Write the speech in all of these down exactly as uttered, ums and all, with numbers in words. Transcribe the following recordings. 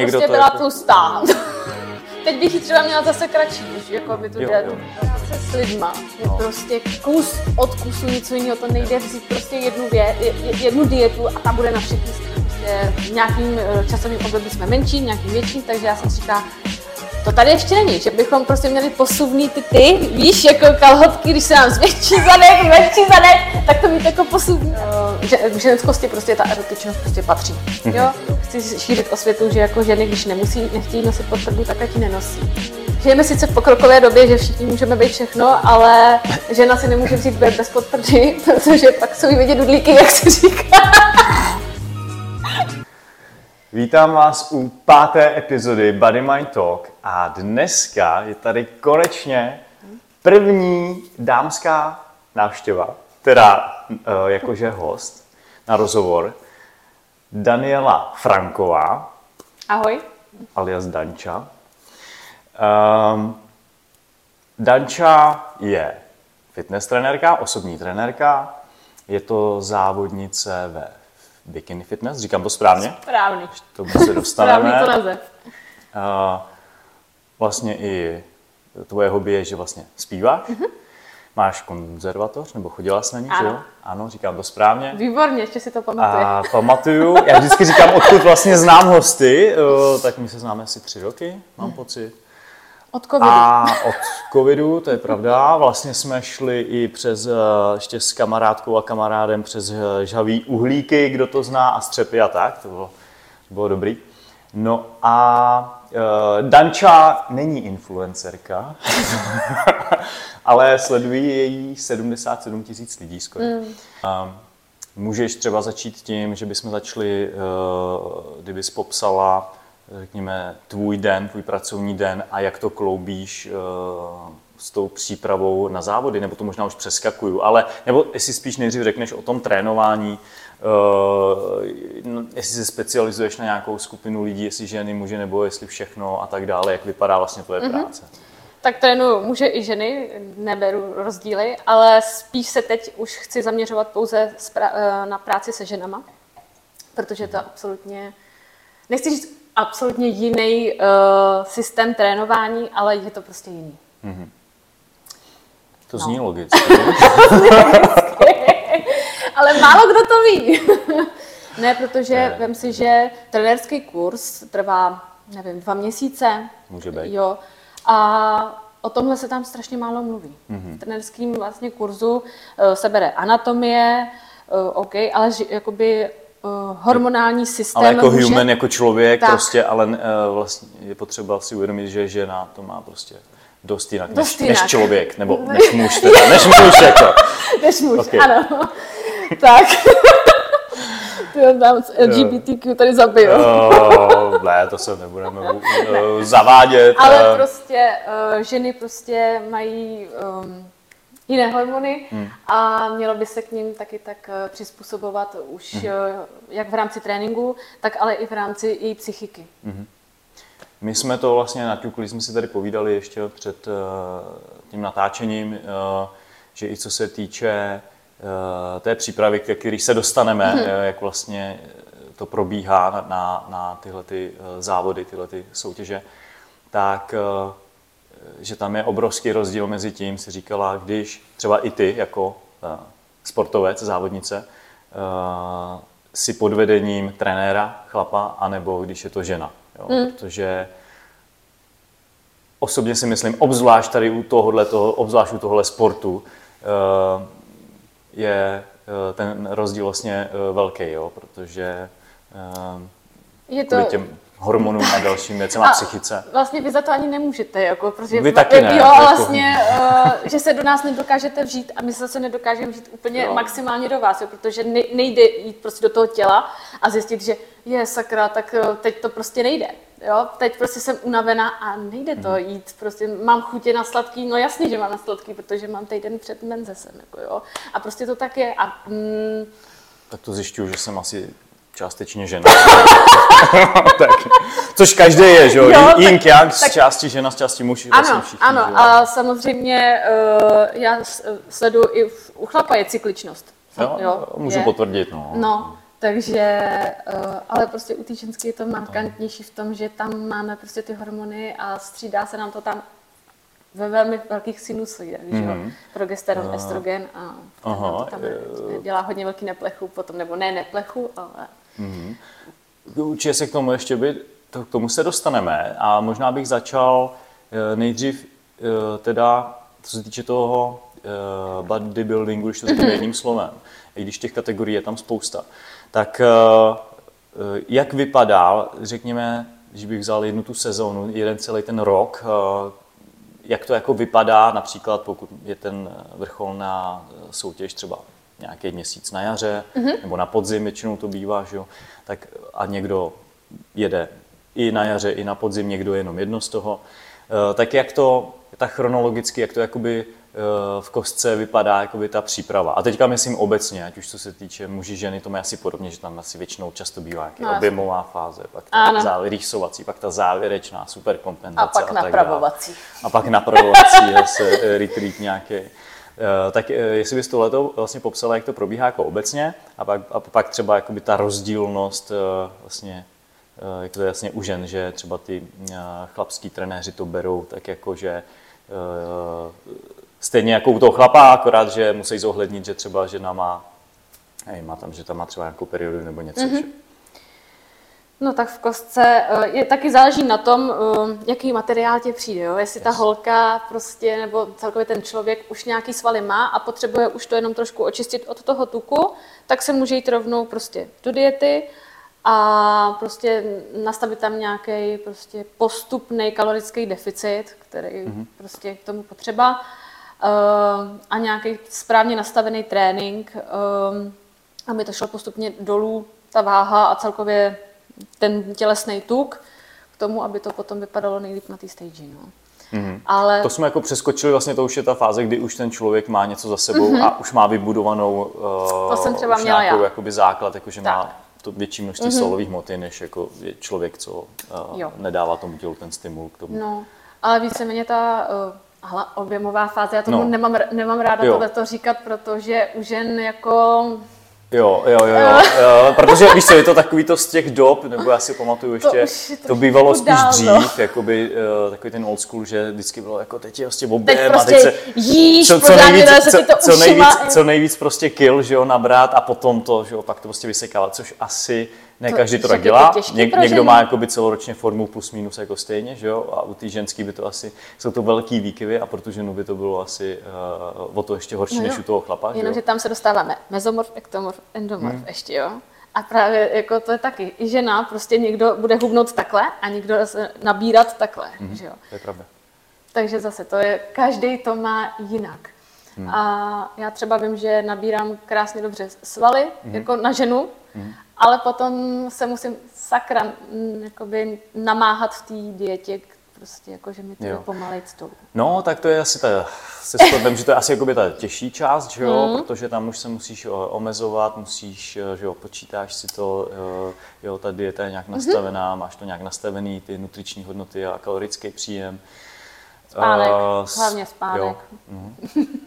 Někdo prostě byla jako... tlustá. Teď bych ji třeba měla zase kratší, už jako by tu jde s lidma. Je prostě kus od kusu něco jiného, to nejde vzít prostě jednu, vě, jednu dietu a ta bude na všechny. Prostě v nějakým časovým období jsme menší, nějakým větším, takže já jsem si říkala, to tady ještě není, že bychom prostě měli posuvný ty ty, víš, jako kalhotky, když se nám zvětší zadek, zvětší zadek, tak to mít jako posuvný. Že, v ženskosti prostě ta erotičnost prostě patří, jo. Chci šířit osvětu, že jako ženy, když nemusí, nechtějí nosit podprdu, tak ať ji nenosí. Žijeme sice v pokrokové době, že všichni můžeme být všechno, ale žena si nemůže vzít bez, bez podprdy, protože pak jsou jí vidět dudlíky, jak se říká. Vítám vás u páté epizody Body Mind Talk a dneska je tady konečně první dámská návštěva, teda jakože host na rozhovor, Daniela Franková. Ahoj. Alias Danča. Um, Danča je fitness trenérka, osobní trenérka, je to závodnice ve bikini fitness, říkám to správně? Správně. K tomu se dostaneme. Správný to název. Uh, vlastně i tvoje hobby je, že vlastně zpíváš. Mm-hmm. Máš konzervatoř, nebo chodila jsi na ní, že jo? Ano, říkám to správně. Výborně, ještě si to pamatuju. A pamatuju, já vždycky říkám, odkud vlastně znám hosty, uh, tak my se známe asi tři roky, mám pocit. Od covidu. A od covidu, to je pravda, vlastně jsme šli i přes, ještě s kamarádkou a kamarádem přes žhavý uhlíky, kdo to zná, a střepy a tak, to bylo, to bylo dobrý. No a uh, Danča není influencerka, ale sledují její sedmdesát sedm tisíc lidí skoro. Mm. Uh, můžeš třeba začít tím, že bychom začali, uh, kdybys popsala, řekněme, tvůj den, tvůj pracovní den a jak to kloubíš uh, s tou přípravou na závody, nebo to možná už přeskakuju, ale nebo jestli spíš nejdřív řekneš o tom trénování, uh, jestli se specializuješ na nějakou skupinu lidí, jestli ženy, muži, nebo jestli všechno a tak dále, jak vypadá vlastně tvoje mm-hmm. práce. Tak trénuju muže i ženy, neberu rozdíly, ale spíš se teď už chci zaměřovat pouze na práci se ženama, protože to absolutně, nechci říct absolutně jiný uh, systém trénování, ale je to prostě jiný. Mm-hmm. To zní no. logicky. Ale málo kdo to ví. Ne, protože ne. Vem si, že trenérský kurz trvá, nevím, dva měsíce. Může být. Jo. A o tomhle se tam strašně málo mluví. Mm-hmm. V trenérském vlastně kurzu uh, se bere anatomie, uh, OK, ale ži, jakoby Uh, hormonální systém. Ale jako může... human, jako člověk, tak. prostě, ale uh, vlastně je potřeba si uvědomit, že žena to má prostě dost jinak, dost než, jinak. než člověk, nebo než muž teda, než muž jako. Než muž, okay. ano. Tak. Ty tam z L G B T Q tady zabiju. Uh, ne, to se nebudeme uh, zavádět. Ale uh... prostě uh, ženy prostě mají um, jiné hormony hmm. a mělo by se k ním taky tak přizpůsobovat už hmm. jak v rámci tréninku, tak ale i v rámci její psychiky. Hmm. My jsme to vlastně naťukli, jsme si tady povídali ještě před uh, tím natáčením, uh, že i co se týče uh, té přípravy, ke který se dostaneme, hmm. uh, jak vlastně to probíhá na, na, na tyhle ty, uh, závody, tyhle ty soutěže, tak uh, že tam je obrovský rozdíl mezi tím, si říkala, když třeba i ty jako uh, sportovec, závodnice, uh, si pod vedením trenéra, chlapa, anebo když je to žena. Jo? Mm. Protože osobně si myslím, obzvlášť tady u tohohle, toho, obzvlášť u tohohle sportu, uh, je uh, ten rozdíl vlastně uh, velký, jo? Protože uh, je to... těm hormonům a dalším věcem a psychice. Vlastně vy za to ani nemůžete, jako, protože vy taky ne, jo, vlastně, uh, že se do nás nedokážete vžít a my se zase nedokážeme vžít úplně jo. maximálně do vás, jo, protože nejde jít prostě do toho těla a zjistit, že je sakra, tak teď to prostě nejde. Jo? Teď prostě jsem unavená a nejde to hmm. jít, prostě mám chutě na sladký, no jasně, že mám na sladký, protože mám týden před menzesem, jako jo, a prostě to tak je. A, mm, tak to zjišťuju, že jsem asi částečně žena. Tak, což každý je, že jo? Yin yang, z části žena, z části muž. Ano, vlastně všichni, ano. že? A samozřejmě uh, já sleduju i u chlapa je cykličnost. Jo, jo, můžu je. potvrdit, no. No, Takže, ale prostě u té ženské je to markantnější v tom, že tam máme prostě ty hormony a střídá se nám to tam ve velmi velkých sinusoidech, mm-hmm. progesteron, uh, estrogen a aha, to tam je, dělá hodně velký neplechu potom, nebo ne neplechu, ale... Mm-hmm. Určitě se k tomu ještě by, to, k tomu se dostaneme a možná bych začal nejdřív teda, co se týče toho bodybuildingu, když to řeknu jedním slovem, i když těch kategorií je tam spousta, tak jak vypadá, řekněme, že bych vzal jednu tu sezónu, jeden celý ten rok, jak to jako vypadá, například pokud je ten vrcholná soutěž třeba nějaký měsíc na jaře, mm-hmm. nebo na podzim, většinou to bývá, že jo, tak a někdo jede i na jaře, i na podzim, někdo jenom jedno z toho, tak jak to, tak chronologicky, jak to jakoby v kostce vypadá jakoby ta příprava. A teďka myslím obecně, ať už co se týče muži, ženy, to má asi podobně, že tam asi většinou často bývá nějaká no, objemová fáze, pak ta závěr, rýsovací, pak ta závěrečná superkompenzace. A pak a napravovací. A pak napravovací, zase retreat nějaký. Tak jestli bys tohleto vlastně popsala, jak to probíhá jako obecně, a pak, a pak třeba jakoby ta rozdílnost vlastně, jak to je jasně u žen, že třeba ty chlapský trenéři to berou tak jako, že stejně jako u toho chlapa, akorát, že musí zohlednit, že třeba žena má, hej, má tam, že tam má třeba nějakou periodu nebo něco. Mm-hmm. No tak v kostce je, taky záleží na tom, jaký materiál tě přijde. Jo? Jestli yes. ta holka prostě, nebo celkově ten člověk už nějaký svaly má a potřebuje už to jenom trošku očistit od toho tuku, tak se může jít rovnou prostě do diety a prostě nastavit tam nějaký prostě postupný kalorický deficit, který mm-hmm. prostě k tomu potřeba. A nějaký správně nastavený trénink, aby to šlo postupně dolů, ta váha a celkově ten tělesný tuk, k tomu, aby to potom vypadalo nejlíp na té stage. No. Mm-hmm. Ale... To jsme jako přeskočili, vlastně to už je ta fáze, kdy už ten člověk má něco za sebou mm-hmm. a už má vybudovanou uh, to jsem třeba měla nějakou já. Jakoby základ, jakože má to větší množství mm-hmm. solových hmoty, než jako je člověk, co uh, nedává tomu tělu ten stimul k tomu. No, ale víceméně ta uh, Hala, objemová fáze, já tomu no. nemám, nemám ráda tohleto říkat, protože u žen jako... Jo, jo, jo, jo, jo, protože víš co, je to takový to z těch dob, nebo já si pamatuju ještě, to, to bývalo spíš dřív, jakoby uh, takový ten old school, že vždycky bylo jako teď je vlastně objem prostě a teď se jíš, co, co, nejvíc, co, co, nejvíc, co nejvíc prostě kill, že jo, nabrat a potom to, že jo, pak to prostě vysekávat, což asi ne to, každý to tak dělá. Ně, někdo má jakoby celoročně formu plus minus jako stejně, že jo, a u té ženský by to asi, jsou to velký výkyvy a pro tu ženu by to bylo asi uh, o to ještě horší, no než u toho chlapa. Jenomže tam se dostáváme mezomorf, ektomorf, endomorf hmm. ještě, jo. A právě jako to je taky, i žena, prostě někdo bude hubnout takhle a někdo se nabírat takhle, hmm. že jo. To je pravda. Takže zase to je, každý to má jinak. Hmm. A já třeba vím, že nabírám krásně dobře svaly, hmm. jako na ženu, hmm. ale potom se musím sakra jakoby namáhat v té dietě, prostě jako, že mi to je pomalejc dolů. No, tak to je asi ta, se shodneme, že to je asi jakoby ta těžší část, že jo, mm. protože tam už se musíš omezovat, musíš, že jo, počítáš si to, jo, ta dieta je nějak nastavená, mm-hmm. máš to nějak nastavený, ty nutriční hodnoty a kalorický příjem. Spánek, uh, hlavně spánek. Jo. Mm.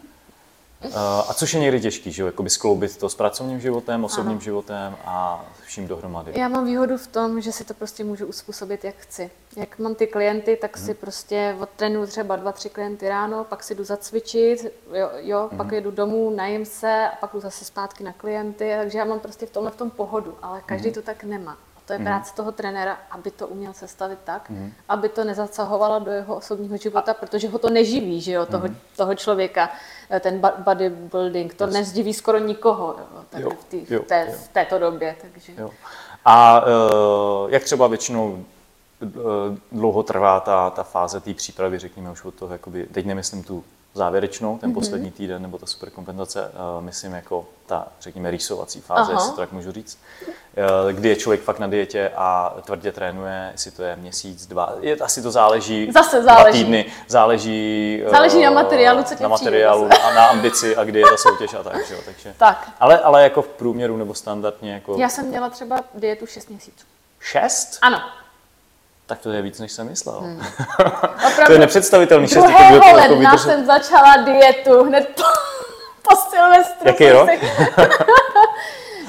A což je někdy těžký, že jo, jakoby skloubit to s pracovním životem, osobním ano. životem a vším dohromady. Já mám výhodu v tom, že si to prostě můžu uspůsobit, jak chci. Jak mám ty klienty, tak hmm. si prostě odtrénuju třeba dva, tři klienty ráno, pak si jdu zacvičit, jo, jo hmm. pak jedu domů, najím se a pak jdu zase zpátky na klienty, takže já mám prostě v tomhle v tom pohodu, ale každý hmm. to tak nemá. To je práce toho trenéra, aby to uměl sestavit tak, mm. aby to nezasahovalo do jeho osobního života, protože ho to neživí, že jo, toho, mm. toho člověka, ten bodybuilding, to yes. nezdiví skoro nikoho jo, tady jo, v, tý, jo, v, té, jo. v této době. Takže. Jo. A uh, jak třeba většinou uh, dlouho trvá ta, ta fáze té přípravy, řekněme už od toho, jakoby, teď nemyslím tu závěrečnou, ten mm-hmm. poslední týden nebo ta superkompenzace, uh, myslím jako ta, řekněme, rýsovací fáze, jestli to tak můžu říct, uh, kdy je člověk fakt na dietě a tvrdě trénuje, jestli to je měsíc, dva, je, asi to záleží, Zase záleží. dva týdny, záleží, uh, záleží na materiálu, co tě na materiálu a na ambici a kdy je ta soutěž a tak, že jo, takže. Tak. Ale, ale jako v průměru nebo standardně jako. Já jsem měla třeba dietu šest měsíců. Šest? Ano. Tak to je víc, než jsem myslel. Hmm. To je nepředstavitelný. Druhého ledna jako jsem začala dietu, hned po, po Silvestru. Jaký rok?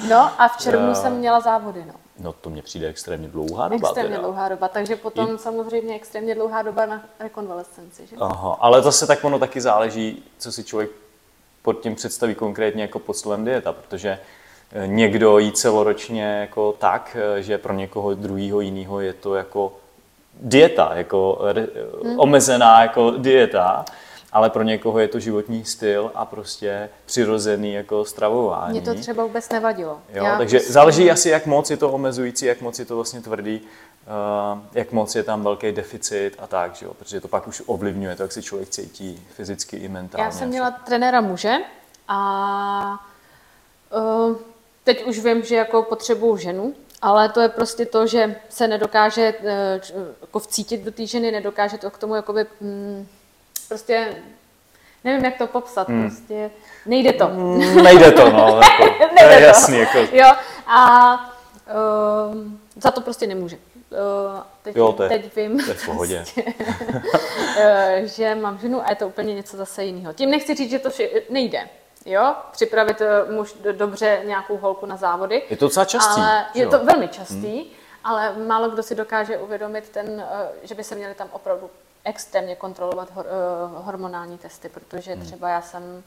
No a v červnu jsem měla závody, no. No to mně přijde extrémně dlouhá doba. Extrémně teda. dlouhá doba, takže potom I... samozřejmě extrémně dlouhá doba na rekonvalescenci, že? Aha, ale zase tak ono taky záleží, co si člověk pod tím představí konkrétně jako pod slovem dieta, protože někdo jí celoročně jako tak, že pro někoho druhýho jiného je to jako dieta, jako hmm. omezená jako dieta, ale pro někoho je to životní styl a prostě přirozený jako stravování. Mně to třeba vůbec nevadilo. Jo, takže prostě... záleží asi, jak moc je to omezující, jak moc je to vlastně tvrdý, uh, jak moc je tam velký deficit a tak, že jo? Protože to pak už ovlivňuje to, jak si člověk cítí fyzicky i mentálně. Já jsem měla trenéra muže a uh, teď už vím, že jako potřebuju ženu, ale to je prostě to, že se nedokáže uh, jako vcítit do té ženy, nedokáže to k tomu jakoby... Um, Prostě nevím, jak to popsat, hmm. prostě nejde to. Mm, nejde to, no, jako, nejde to je to. jasný. Jako. Jo, a uh, za to prostě nemůže. Uh, teď, jo, to je, teď vím, to je v pohodě. Prostě, uh, že mám ženu a je to úplně něco zase jiného. Tím nechci říct, že to vše, nejde. Jo, připravit muž dobře nějakou holku na závody. Je to docela častý. Ale je jo? to velmi častý, hmm. ale málo kdo si dokáže uvědomit, ten, že by se měli tam opravdu extrémně kontrolovat hor, uh, hormonální testy, protože hmm. třeba já jsem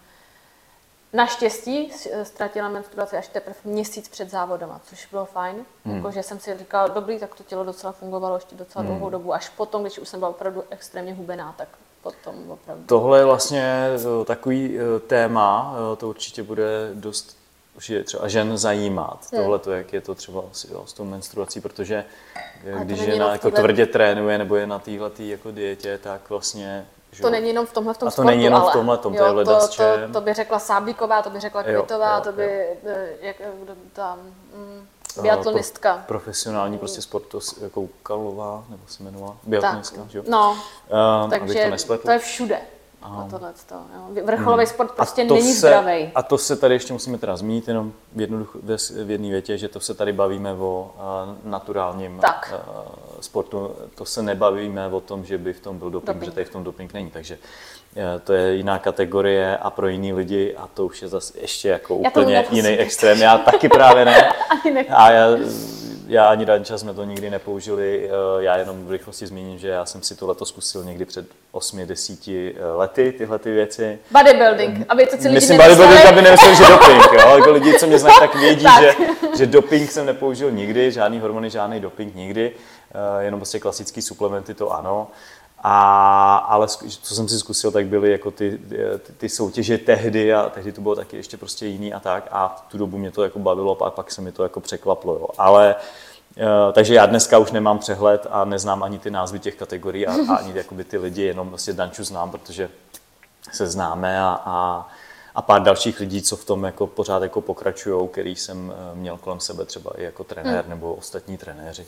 naštěstí ztratila menstruaci až teprve měsíc před závodama, což bylo fajn. Hmm. Jako, že jsem si říkala, dobrý, tak to tělo docela fungovalo ještě docela hmm. dlouhou dobu. Až potom, když už jsem byla opravdu extrémně hubená, tak potom opravdu. Tohle je vlastně takový téma, to určitě bude dost že třeba žen zajímat. Hmm. Tohle to, jak je to třeba jo, s tou menstruací, protože když žena jako tvrdě trénuje nebo je na téhletý jako dietě, tak vlastně... Že... To není jenom v tomhle v tom A to sportu, není jenom ale... v tomhle tom, jo, to je to, to, to, to by řekla Sáblíková, to by řekla Kvitová, jo, jo, to by... Jo. Jak, kdo tam... Mm, biatlonistka. Pro, profesionální prostě sport, jako Kalová, nebo se jmenovala, biatlonistka, že jo? No, um, takže to, to je všude. A tohleto, jo. Vrcholový sport prostě to není se, zdravý. A to se tady ještě musíme teda zmínit jenom v, v jedné větě, že to se tady bavíme o uh, naturálním uh, sportu. To se nebavíme o tom, že by v tom byl doping, doping. Že tady v tom doping není. Takže uh, to je jiná kategorie a pro jiný lidi a to už je zase ještě jako já úplně jiný extrém. Já taky právě ne. A já, já ani Danča jsme to nikdy nepoužili. Já jenom v rychlosti zmíním, že já jsem si tohleto zkusil někdy před osmi deseti lety, tyhle ty věci. Bodybuilding, aby to celý Myslím bodybuilding, aby nemysleli, že doping. Jo? Jako lidi, co mě znají, tak vědí, tak. Že, že doping jsem nepoužil nikdy, žádný hormony, žádný doping nikdy, jenom prostě klasický suplementy, to ano. A, ale co jsem si zkusil, tak byly jako ty, ty, ty soutěže tehdy a tehdy to bylo taky ještě prostě jiný a tak a v tu dobu mě to jako bavilo a pak se mi to jako překvaplo. Jo. Ale takže já dneska už nemám přehled a neznám ani ty názvy těch kategorií a, a ani jakoby ty lidi, jenom vlastně Danču znám, protože se známe a, a, a pár dalších lidí, co v tom jako pořád jako pokračujou, který jsem měl kolem sebe třeba i jako trenér hmm. nebo ostatní trenéři.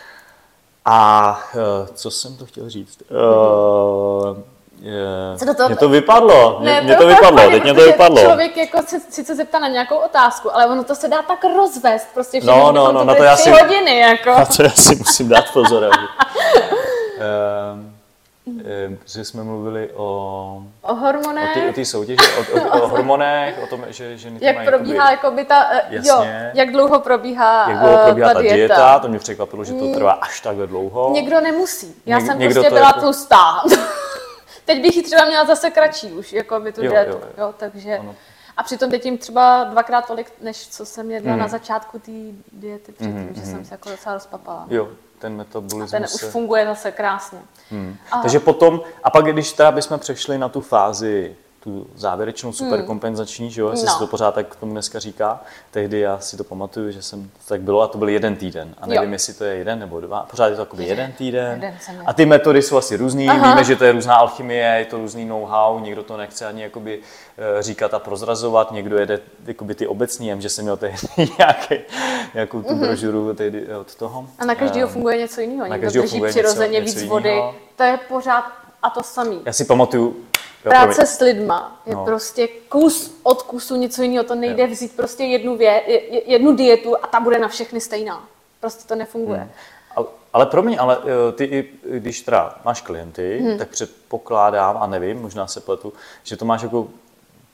A co jsem to chtěl říct? Uh, Co do toho... Mě to vypadlo, ne, mě to vypadlo, teď mě to vypadlo. Člověk jako se sice zeptá na nějakou otázku, ale ono to se dá tak rozvést, prostě všechno, no, no, no, to to já tři si, hodiny, jako. Na to já si musím dát pozor. um, um, že jsme mluvili o... O hormonech. O té soutěži, o, o, o hormonech, o tom, že ženy jak mají probíhá jakoby, jakoby ta, jasně, jo, jak dlouho probíhá, jak dlouho probíhá ta, ta dieta. dieta, to mě překvapilo, že to trvá až takhle dlouho. Někdo nemusí, já Něk, jsem prostě byla jako... tlustá. Teď bych ji třeba měla zase kratší už, jako by tu jo, dietu, jo, jo. jo, takže... Ano. A přitom teď jim třeba dvakrát tolik, než co jsem jedla hmm. na začátku té diety předtím, hmm, že hmm. jsem se jako docela rozpapala. Jo, ten metabolismus. A ten se... už funguje zase krásně. Hmm. Takže potom, a pak když teda bychom přešli na tu fázi, tu závěrečnou superkompenzační, že jo, jestli no. se to pořád tak k tomu dneska říká. Tehdy já si to pamatuju, že jsem tak bylo a to byl jeden týden. A nevím, jo. jestli to je jeden nebo dva, pořád je to jakoby jeden týden. Jeden a ty metody jsou asi různý, Aha. víme, že to je různá alchymie, je to různý know-how, někdo to nechce ani jakoby říkat a prozrazovat, někdo jede jakoby ty obecní, jem, že jsem měl tehdy nějaký, nějakou tu mm-hmm. brožuru tehdy od toho. A na každého um, funguje něco jiného, někdo drží přirozeně víc vody, to je pořád a to samý. Já si pamatuju, Jo, práce s lidma je no. prostě kus od kusu něco jiného. To nejde jo. vzít prostě jednu, vě, jednu dietu a ta bude na všechny stejná. Prostě to nefunguje. Hmm. Ale, ale pro mě, ale ty, když teda máš klienty, hmm. tak předpokládám, a nevím, možná se pletu, že to máš jako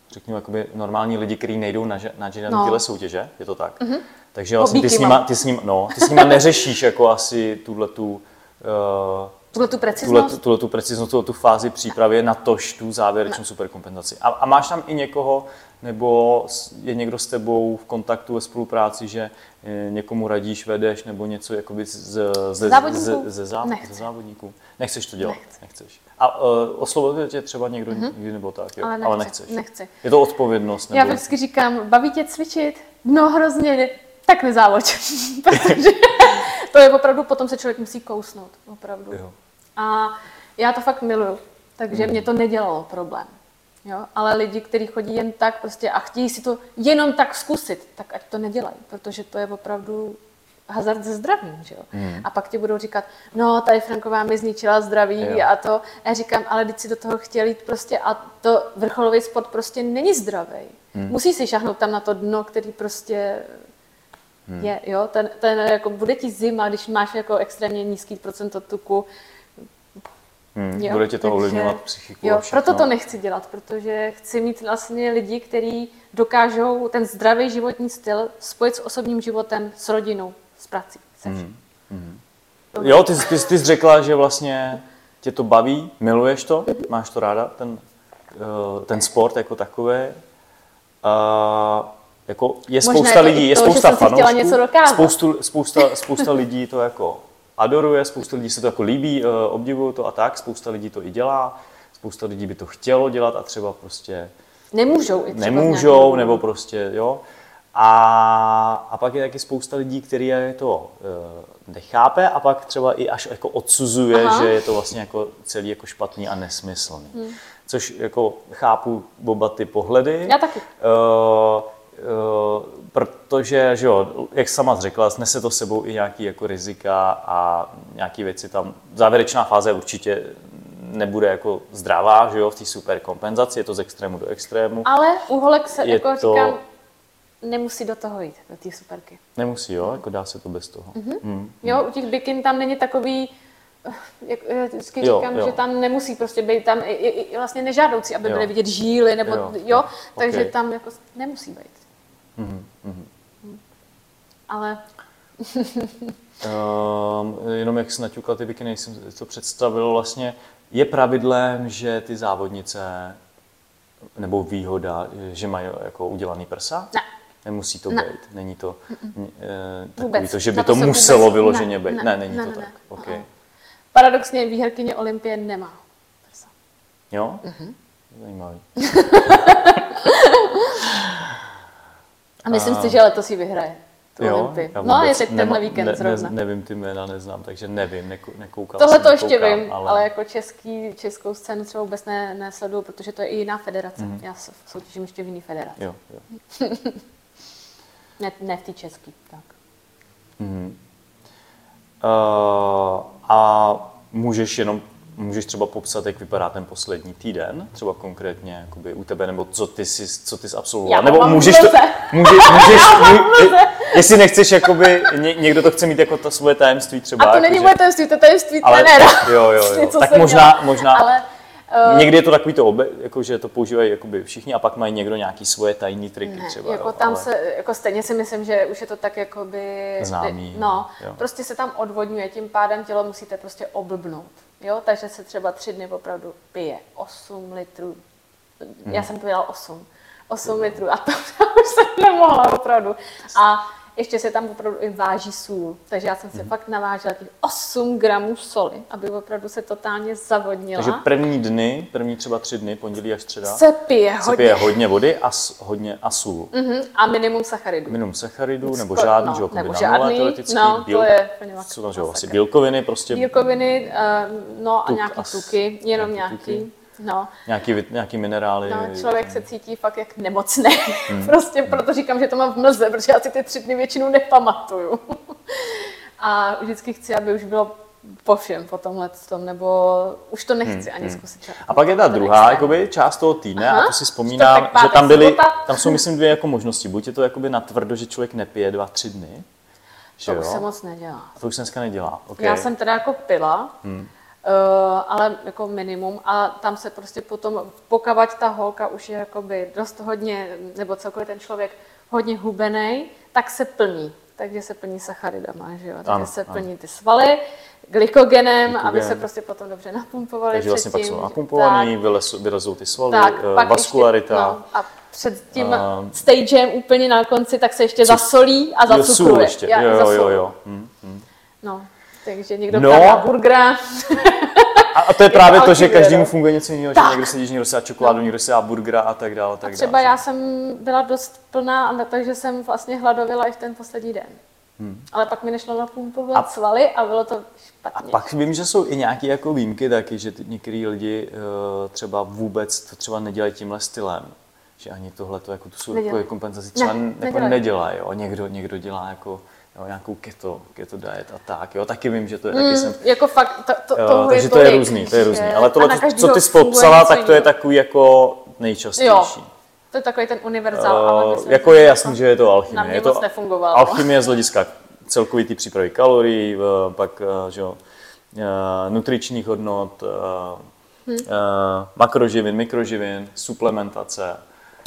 řekněme, jakoby normální lidi, kteří nejdou na, na žádné No. tyhle soutěže, je to tak? Mhm. Takže vlastně ty s, nima, ty, s nima, no, ty s nima neřešíš jako asi tuhletu, uh, Tuhle tu preciznost? tuhle tu preciznost, tuhle tu fázi přípravy na tož tu závěrečnou Ne. superkompenzaci. A, a máš tam i někoho, nebo je někdo s tebou v kontaktu, ve spolupráci, že eh, někomu radíš, vedeš, nebo něco jakoby z, z, ze, Závodníků? ze, ze, zá, Nechci. ze závodníků? Nechceš to dělat? Nechci. Nechceš. A uh, oslovuje tě třeba někdo mm-hmm. někdy nebo tak, jo? Ale nechci, Ale nechceš. nechci. Je to odpovědnost? Nebo... Já vždycky říkám, baví tě cvičit? No hrozně, tak nezávoď. Protože to je opravdu, potom se člověk musí kousnout, opravdu. Jo. A já to fakt miluju, takže mě to nedělalo problém. Jo? Ale lidi, kteří chodí jen tak prostě a chtějí si to jenom tak zkusit, tak ať to nedělají, protože to je opravdu hazard se zdravím. Že jo? Mm. A pak ti budou říkat, no tady Franková mi zničila zdraví Jo. a to. A já říkám, ale teď si do toho chtěl jít prostě a to vrcholový sport prostě není zdravý. Mm. Musí si šáhnout tam na to dno, který prostě je, jo, ten, ten jako bude ti zima, když máš jako extrémně nízký procento tuku. Hmm, Jo, bude tě to takže- ovlivňovat psychiku Jo, a všechno. proto to nechci dělat, protože chci mít vlastně lidi, kteří dokážou ten zdravý životní styl spojit s osobním životem, s rodinou, s prací, se vším. Hmm. Jo, ty, ty, ty jsi řekla, že vlastně tě to baví, miluješ to, máš to ráda, ten, eh, ten sport jako takový. A jako je Možná spousta je to lidí, i je to, že spousta jsem si chtěla fanoušků, něco dokázat. spoustu, spousta, spousta lidí to jako adoruje, spousta lidí se to jako líbí, eh, obdivují to a tak, spousta lidí to i dělá, spousta lidí by to chtělo dělat a třeba prostě Nemůžou i třeba z nějakého nemůžou, důvodu. nebo prostě, jo. A, a pak je taky spousta lidí, který je to e, nechápe a pak třeba i až jako odsuzuje, Aha. že je to vlastně jako celý jako špatný a nesmyslný. Hmm. Což jako chápu oba ty pohledy. Já taky. E, e, protože, že jo, jak sama řekla, snese to sebou i nějaký jako rizika a nějaký věci tam. Závěrečná fáze určitě nebude jako zdravá, že jo, v té superkompenzaci, je to z extrému do extrému. Ale u holek se Je jako to- říkám, nemusí do toho jít, do té superky. Nemusí, jo, jako dá se to bez toho. Mm-hmm. Mm. Jo, u těch bikin tam není takový, jak já vždycky Jo, říkám, jo. že tam nemusí prostě být tam i, i, i vlastně nežádoucí, aby Jo. byly vidět žíly, nebo Jo, jo, jo. jo takže Ok. tam jako nemusí být. Mm, mm. Ale Um, jenom jak jsi naťukla ty bikiny, jsem si to představil, vlastně je pravidlem, že ty závodnice, nebo výhoda, že mají jako udělaný prsa? Ne. Nemusí to Ne. být, není to eh, takový Vůbec. to, že by Na to, to se muselo vůbec- vyloženě ne, být. ne, Ne, není ne, to ne, tak. ne. Okay. paradoxně výherkyně Olympie nemá prsa. Jo? Mhm. Zajímavý. A myslím A- si, že letos ji vyhraje. Tu Olympii. já No, je vůbec teď tenhle nemám- víkend ne, zrovna. Ne, nevím ty jména, neznám, takže nevím, nekou, nekoukal Tohle jsem, to ještě nekoukám, vím, ale... ale jako český, českou scénu třeba vůbec ne, nesleduju, protože to je i jiná federace. Mm. Já s- soutěžím ještě v jiný federaci. Jo, jo. Ne, ne v té český. Tak. Mhm. Uh, a můžeš jenom, můžeš třeba popsat, jak vypadá ten poslední týden, třeba konkrétně jakoby u tebe, nebo co ty jsi, co ty jsi absolvoval, Já nebo mám můžeš to, mlze. může, můžeš, můj, jestli nechceš, jakoby, ně, někdo to chce mít jako to svoje tajemství třeba. A to není jakože- moje tajemství, to je tajemství ale, trenéra. jo, jo, jo. Něco Tak jsem možná, dělala. možná, Ale, uh, někdy je to takový to, obe, jako, že to používají jakoby všichni a pak mají někdo nějaký svoje tajný triky ne, třeba. jako jo, tam ale- se, jako stejně si myslím, že už je to tak jakoby... Známý, No, jo. prostě se tam odvodňuje, tím pádem tělo musíte prostě oblbnout. Jo, takže se třeba tři dny opravdu pije osm litrů. Já jsem pila osm. osm litrů a to už jsem nemohla opravdu. A ještě se tam opravdu i váží sůl. Takže já jsem si fakt navážela těch osm gramů soli, aby opravdu se totálně zavodnila. Takže první dny, první třeba tři dny, pondělí až středa, se pije se hodně. pije hodně vody a s, hodně a sůl. Mhm, a minimum sacharidů. Minimum sacharidů, nebo Skoro- žádný, no, že jo, nebo na nule žádný, teoreticky, no, to je úplně co tam, že masakr. jo, asi bílkoviny, prostě Bílkoviny, eh, no a Tuk nějaký a s- tuky, jenom nějaký nějaký. tuky. No. nějaký, vit- nějaký minerály. No, člověk se cítí fakt jak nemocný. Hmm. Prostě proto říkám, že to mám v mlze, protože já si ty tři dny většinou nepamatuju. A vždycky chci, aby už bylo po všem po tomhle tom, nebo už to nechci ani zkusit. A pak je ta To druhá extrém. jakoby, část toho týdne, Aha. a to si vzpomínám, Čtvrtek, že tam pátek, byly, sobota. tam jsou myslím dvě jako možnosti. Buď je to jakoby natvrdo, že člověk nepije dva, tři dny, že To už se jo? moc nedělá. A to už se dneska nedělá. Okay. Já jsem teda jako pila, hmm. ale jako minimum a tam se prostě potom, pokud ta holka už je jakoby dost hodně, nebo celkově ten člověk hodně hubenej, tak se plní. Takže se plní sacharidama, že jo? Takže ano, se plní ano. ty svaly, glykogenem, Glykogen. Aby se prostě potom dobře napumpovaly. Takže vlastně pak jsou napumpovaný, vylezou ty svaly, tak, uh, vaskularita. Ještě, no, a před tím uh, stagem úplně na konci, tak se ještě zasolí a zacukruje. Ještě. Jo, jo, jo, jo. Hmm, hmm. No, takže někdo no. dá burgera. A to je právě je to, že každému funguje něco jiného, že někdo se jíždí, někdo se dá čokoládu, no. někdo se dá burgera a tak dále. Tak a třeba dále. já jsem byla dost plná, takže jsem vlastně hladověla i v ten poslední den. Hmm. Ale pak mi nešlo napumpovat a, svaly a bylo to špatně. A pak vím, že jsou i nějaké jako výjimky taky, že některý lidi uh, třeba vůbec to třeba nedělají tímhle stylem. Že ani tohle to jako tu surkovou kompenzaci třeba ne, jako nedělají. Jo. Někdo, někdo dělá jako jo, nějakou keto, keto diet a tak. Jo. Taky vím, že to je mm, taky jsem... Jako fakt, to, to, jo, toho takže je to je různý, to je různý. Ale tohle, to, co ty jsi popsala, tak to je takový jako nejčastější. Jo. To je takový ten univerzál, uh, ale myslím, jako je jasný, že je to alchymie. Na mě je to moc nefungovalo. Alchymie z hlediska celkový ty přípravy kalorií, pak že jo, nutričních hodnot, hmm. makroživin, mikroživin, suplementace.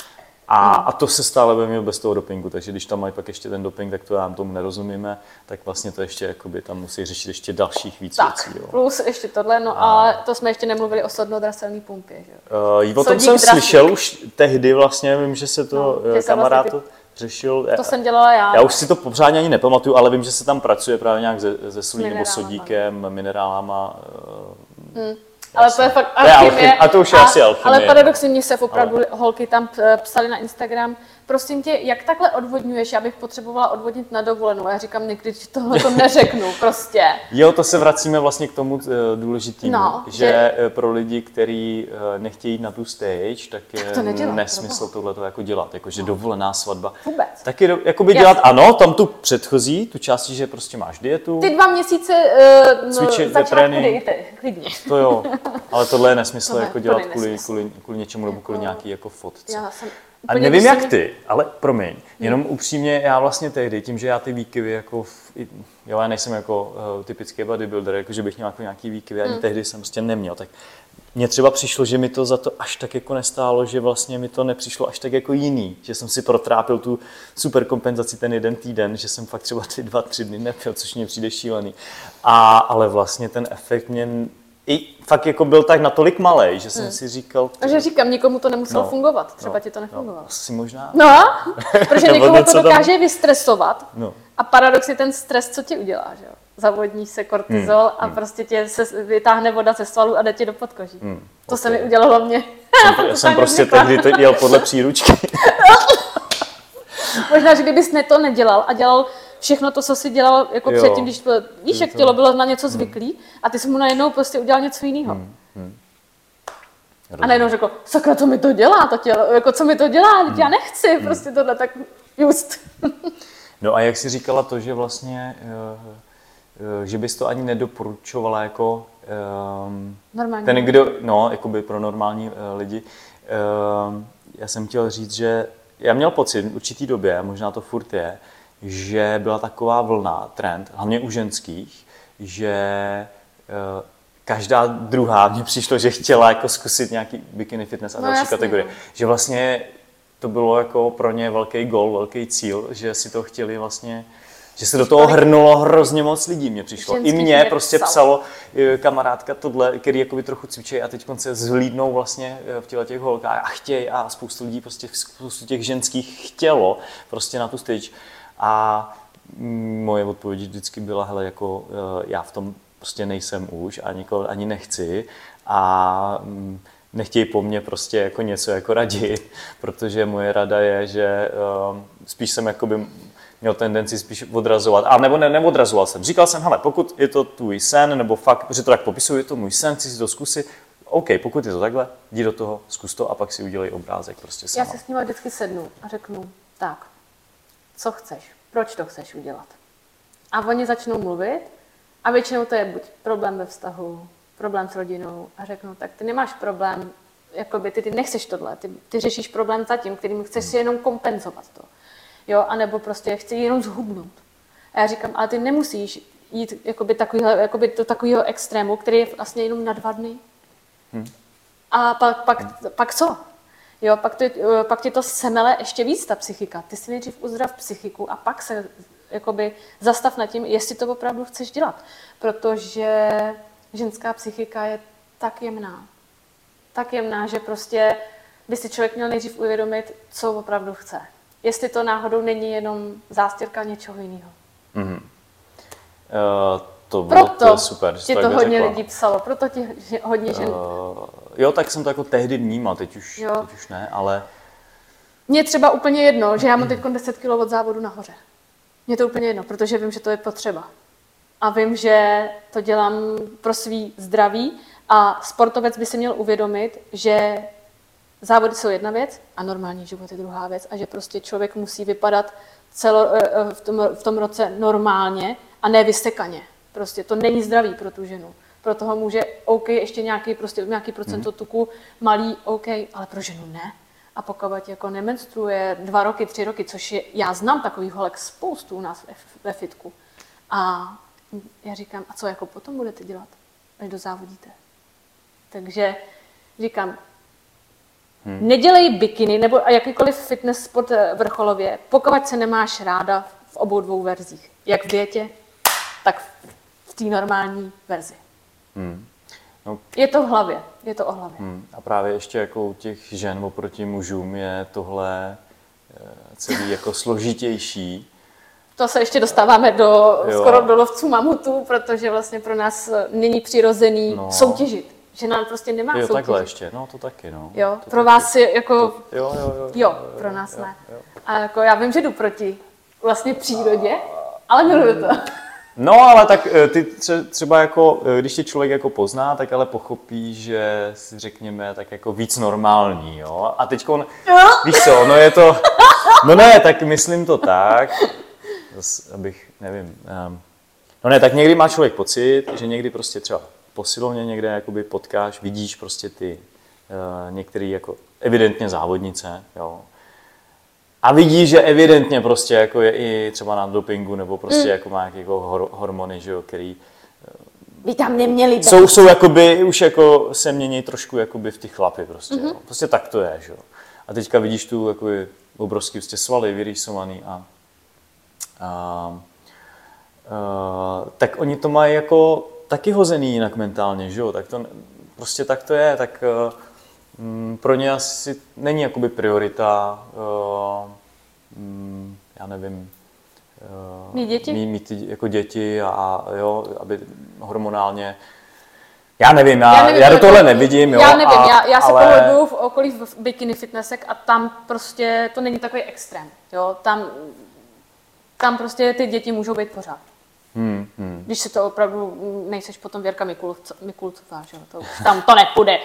A, a to se stále bude mít bez toho dopingu, takže když tam mají pak ještě ten doping, tak to já tomu nerozumíme, tak vlastně to ještě jakoby, tam musí řešit ještě dalších víc tak, věcí. Jo. Plus ještě tohle, no a... ale to jsme ještě nemluvili o sodnodraselné pumpě. Že? Uh, o tom jsem drastik. slyšel už tehdy vlastně, vím, že se to no, kamarád vlastně ty... řešil. To jsem dělala já. Já už si to pořádně ani nepamatuju, ale vím, že se tam pracuje právě nějak ze, ze solí nebo sodíkem, minerálama. Uh, hmm. Ale to je fakt alchymie. A to už je a, asi alchymie. Ale paradoxně mě se opravdu ale... holky tam psali na Instagram, prosím tě, jak takhle odvodňuješ, já bych potřebovala odvodnit na dovolenou. A já říkám, někdy tohle to neřeknu prostě. Jo, to se vracíme vlastně k tomu uh, důležitému, no, že, že pro lidi, kteří uh, nechtějí jít na tu stage, tak je tak to nesmysl tohleto jako dělat, jakože no. dovolená svatba. Vůbec. Taky do, jakoby dělat, Jasně. ano, tam tu předchozí, tu části, že prostě máš dietu. Ty dva měsíce uh, cvičit, začátku dejte, klidně. To jo, ale tohle je nesmysl to ne, jako dělat kvůli, kvůli, kvůli něčemu nebo kvůli nějaký jako fotce. Já jsem A nevím jak ty, ale promiň, jenom upřímně já vlastně tehdy, tím, že já ty výkyvy jako, v, jo, já nejsem jako uh, typický bodybuilder, jako že bych měl jako nějaký výkyvy, ani mm. tehdy jsem prostě neměl, tak mně třeba přišlo, že mi to za to až tak jako nestálo, že vlastně mi to nepřišlo až tak jako jiný, že jsem si protrápil tu super kompenzaci ten jeden týden, že jsem fakt třeba ty dva, tři dny nepil, což mě přijde šílený, A, ale vlastně ten efekt mě i fakt jako byl tak natolik malej, že jsem hmm. si říkal... A že říkám, nikomu to nemuselo no, fungovat, třeba no, ti to nefungovalo. No, asi možná. No, protože někomu to dokáže tam... vystresovat no. a paradoxně ten stres, co ti udělá, že jo? Zavodní se kortizol hmm. a hmm. prostě tě se vytáhne voda ze svalů a jde ti do podkoží. Hmm. To okay. se mi udělalo mě. Jsem, já jsem prostě tehdy to jel podle příručky. Možná, že kdybys ne to nedělal a dělal všechno to, co jsi dělal jako jo. předtím, když víš, jak tělo bylo na něco zvyklý a ty jsi mu najednou prostě udělal něco jiného. Hmm. Hmm. A najednou řekl, sakra, co mi to dělá, to tělo, jako co mi to dělá, hmm. já nechci, hmm. prostě tohle, tak just. No a jak jsi říkala to, že vlastně, že bys to ani nedoporučovala jako normální. ten, kdo, no, jakoby pro normální lidi. Já jsem chtěl říct, že já měl pocit v určitý době, možná to furt je, že byla taková vlna, trend, hlavně u ženských, že uh, každá druhá mně přišlo, že chtěla jako zkusit nějaký bikini fitness a no další jasný, kategorie. No. Že vlastně to bylo jako pro ně velký gól, velký cíl, že si to chtěli vlastně, že se do toho hrnulo hrozně moc lidí, mně přišlo. Ženský I mě prostě psal. psalo kamarádka tohle, který jakoby trochu cvičí a teď se zhlídnou vlastně v těle těch holkách a chtějí a spoustu lidí, prostě spoustu těch ženských chtělo prostě na tu stage. A moje odpověď vždycky byla, hele, jako já v tom prostě nejsem už a nikoho ani nechci a nechtějí po mně prostě jako něco jako radit, protože moje rada je, že spíš jsem jakoby měl tendenci spíš odrazovat, a nebo ne, neodrazoval jsem. Říkal jsem, hele, pokud je to tvůj sen, nebo fakt, protože to tak popisuju, je to můj sen, chci si to zkusit, OK, pokud je to takhle, jdi do toho, zkus to a pak si udělej obrázek prostě sama. Já se s nimi vždycky sednu a řeknu, tak, co chceš, proč to chceš udělat. A oni začnou mluvit a většinou to je buď problém ve vztahu, problém s rodinou a řeknu, tak ty nemáš problém, jakoby ty, ty nechceš tohle, ty, ty řešíš problém za tím, kterým chceš si jenom kompenzovat to. Jo, anebo prostě chci jenom zhubnout. A já říkám, ale ty nemusíš jít jakoby takovýhle, jakoby do takového extrému, který je vlastně jenom na dva dny. Hmm. A pak, pak, hmm. pak co? Jo, pak, to, pak ti to semele ještě víc, ta psychika. Ty si nejdřív uzdrav psychiku a pak se jakoby zastav nad tím, jestli to opravdu chceš dělat. Protože ženská psychika je tak jemná. Tak jemná, že prostě by si člověk měl nejdřív uvědomit, co opravdu chce. Jestli to náhodou není jenom zástěrka něčeho jiného. Mm-hmm. Uh, to bylo proto to super, ti to, to hodně řekla. Lidí psalo, proto ti hodně žen. Uh, jo, tak jsem to jako tehdy vnímal, teď už, teď už ne, ale... Mně je třeba úplně jedno, že já mám teď deset kilo od závodu nahoře. Mně to úplně jedno, protože vím, že to je potřeba. A vím, že to dělám pro svý zdraví a sportovec by si měl uvědomit, že závody jsou jedna věc a normální život je druhá věc a že prostě člověk musí vypadat celo, v, tom, v tom roce normálně a ne vysekaně. Prostě to není zdravý pro tu ženu. Pro toho může OK, ještě nějaký, prostě, nějaký procento tuku, malý OK, ale pro ženu ne. A pokud jako nemenstruuje dva roky, tři roky, což je, já znám takových holek spoustu u nás ve, ve fitku. A já říkám, a co jako potom budete dělat, až dozávodíte? Takže říkám, hmm. nedělej bikiny nebo jakýkoliv fitness sport vrcholově, pokud se nemáš ráda v obou dvou verzích. Jak v dietě, tak v té normální verzi. Hmm. No. Je to v hlavě, je to o hlavě. Hmm. A právě ještě jako u těch žen oproti mužům je tohle celý jako složitější. To se ještě dostáváme do, jo. skoro do lovců mamutů, protože vlastně pro nás není přirozený no. soutěžit. Žena prostě nemá jo, soutěžit. takhle ještě, no to taky, no. Jo, to pro taky. vás je jako... To, jo, jo, jo, jo, pro nás jo, ne. Jo. A jako já vím, že jdu proti vlastně přírodě, ale miluju to. No, ale tak ty třeba jako, když tě člověk jako pozná, tak ale pochopí, že si řekněme tak jako víc normální, jo. A teďkon, víš co, no je to, no ne, tak myslím to tak, zase, abych, nevím, um, no ne, tak někdy má člověk pocit, že někdy prostě třeba posilovně někde jakoby potkáš, vidíš prostě ty uh, některé jako evidentně závodnice, jo. A vidíš, že evidentně prostě jako je i třeba na dopingu nebo prostě mm. jako má nějaké jako hor- hormony, že jo, který by tam neměli být. Jsou, jsou jakoby, už jako se mění trošku jakoby v ty chlapy prostě, mm-hmm. jo. Prostě tak to je, že jo. A teďka vidíš tu jakoby obrovský prostě svaly vyrýsovaný a, a, a tak oni to mají jako taky hozený jinak mentálně, že jo, tak to prostě tak to je, tak mm, pro ně asi není jakoby priorita, uh, mm, já nevím, uh, mít děti, mít, mít jako děti a, a jo, aby hormonálně, já nevím, já, já, nevím, já do tohle nevidím, jo. Já nevím, a, já, já se ale... pohybuju v okolí v bikini fitnessek a tam prostě to není takový extrém, jo, tam, tam prostě ty děti můžou být pořád. Hmm, hmm. Když se to opravdu nejseš potom Věrka Mikulcová, že jo, to, tam to nepůjde.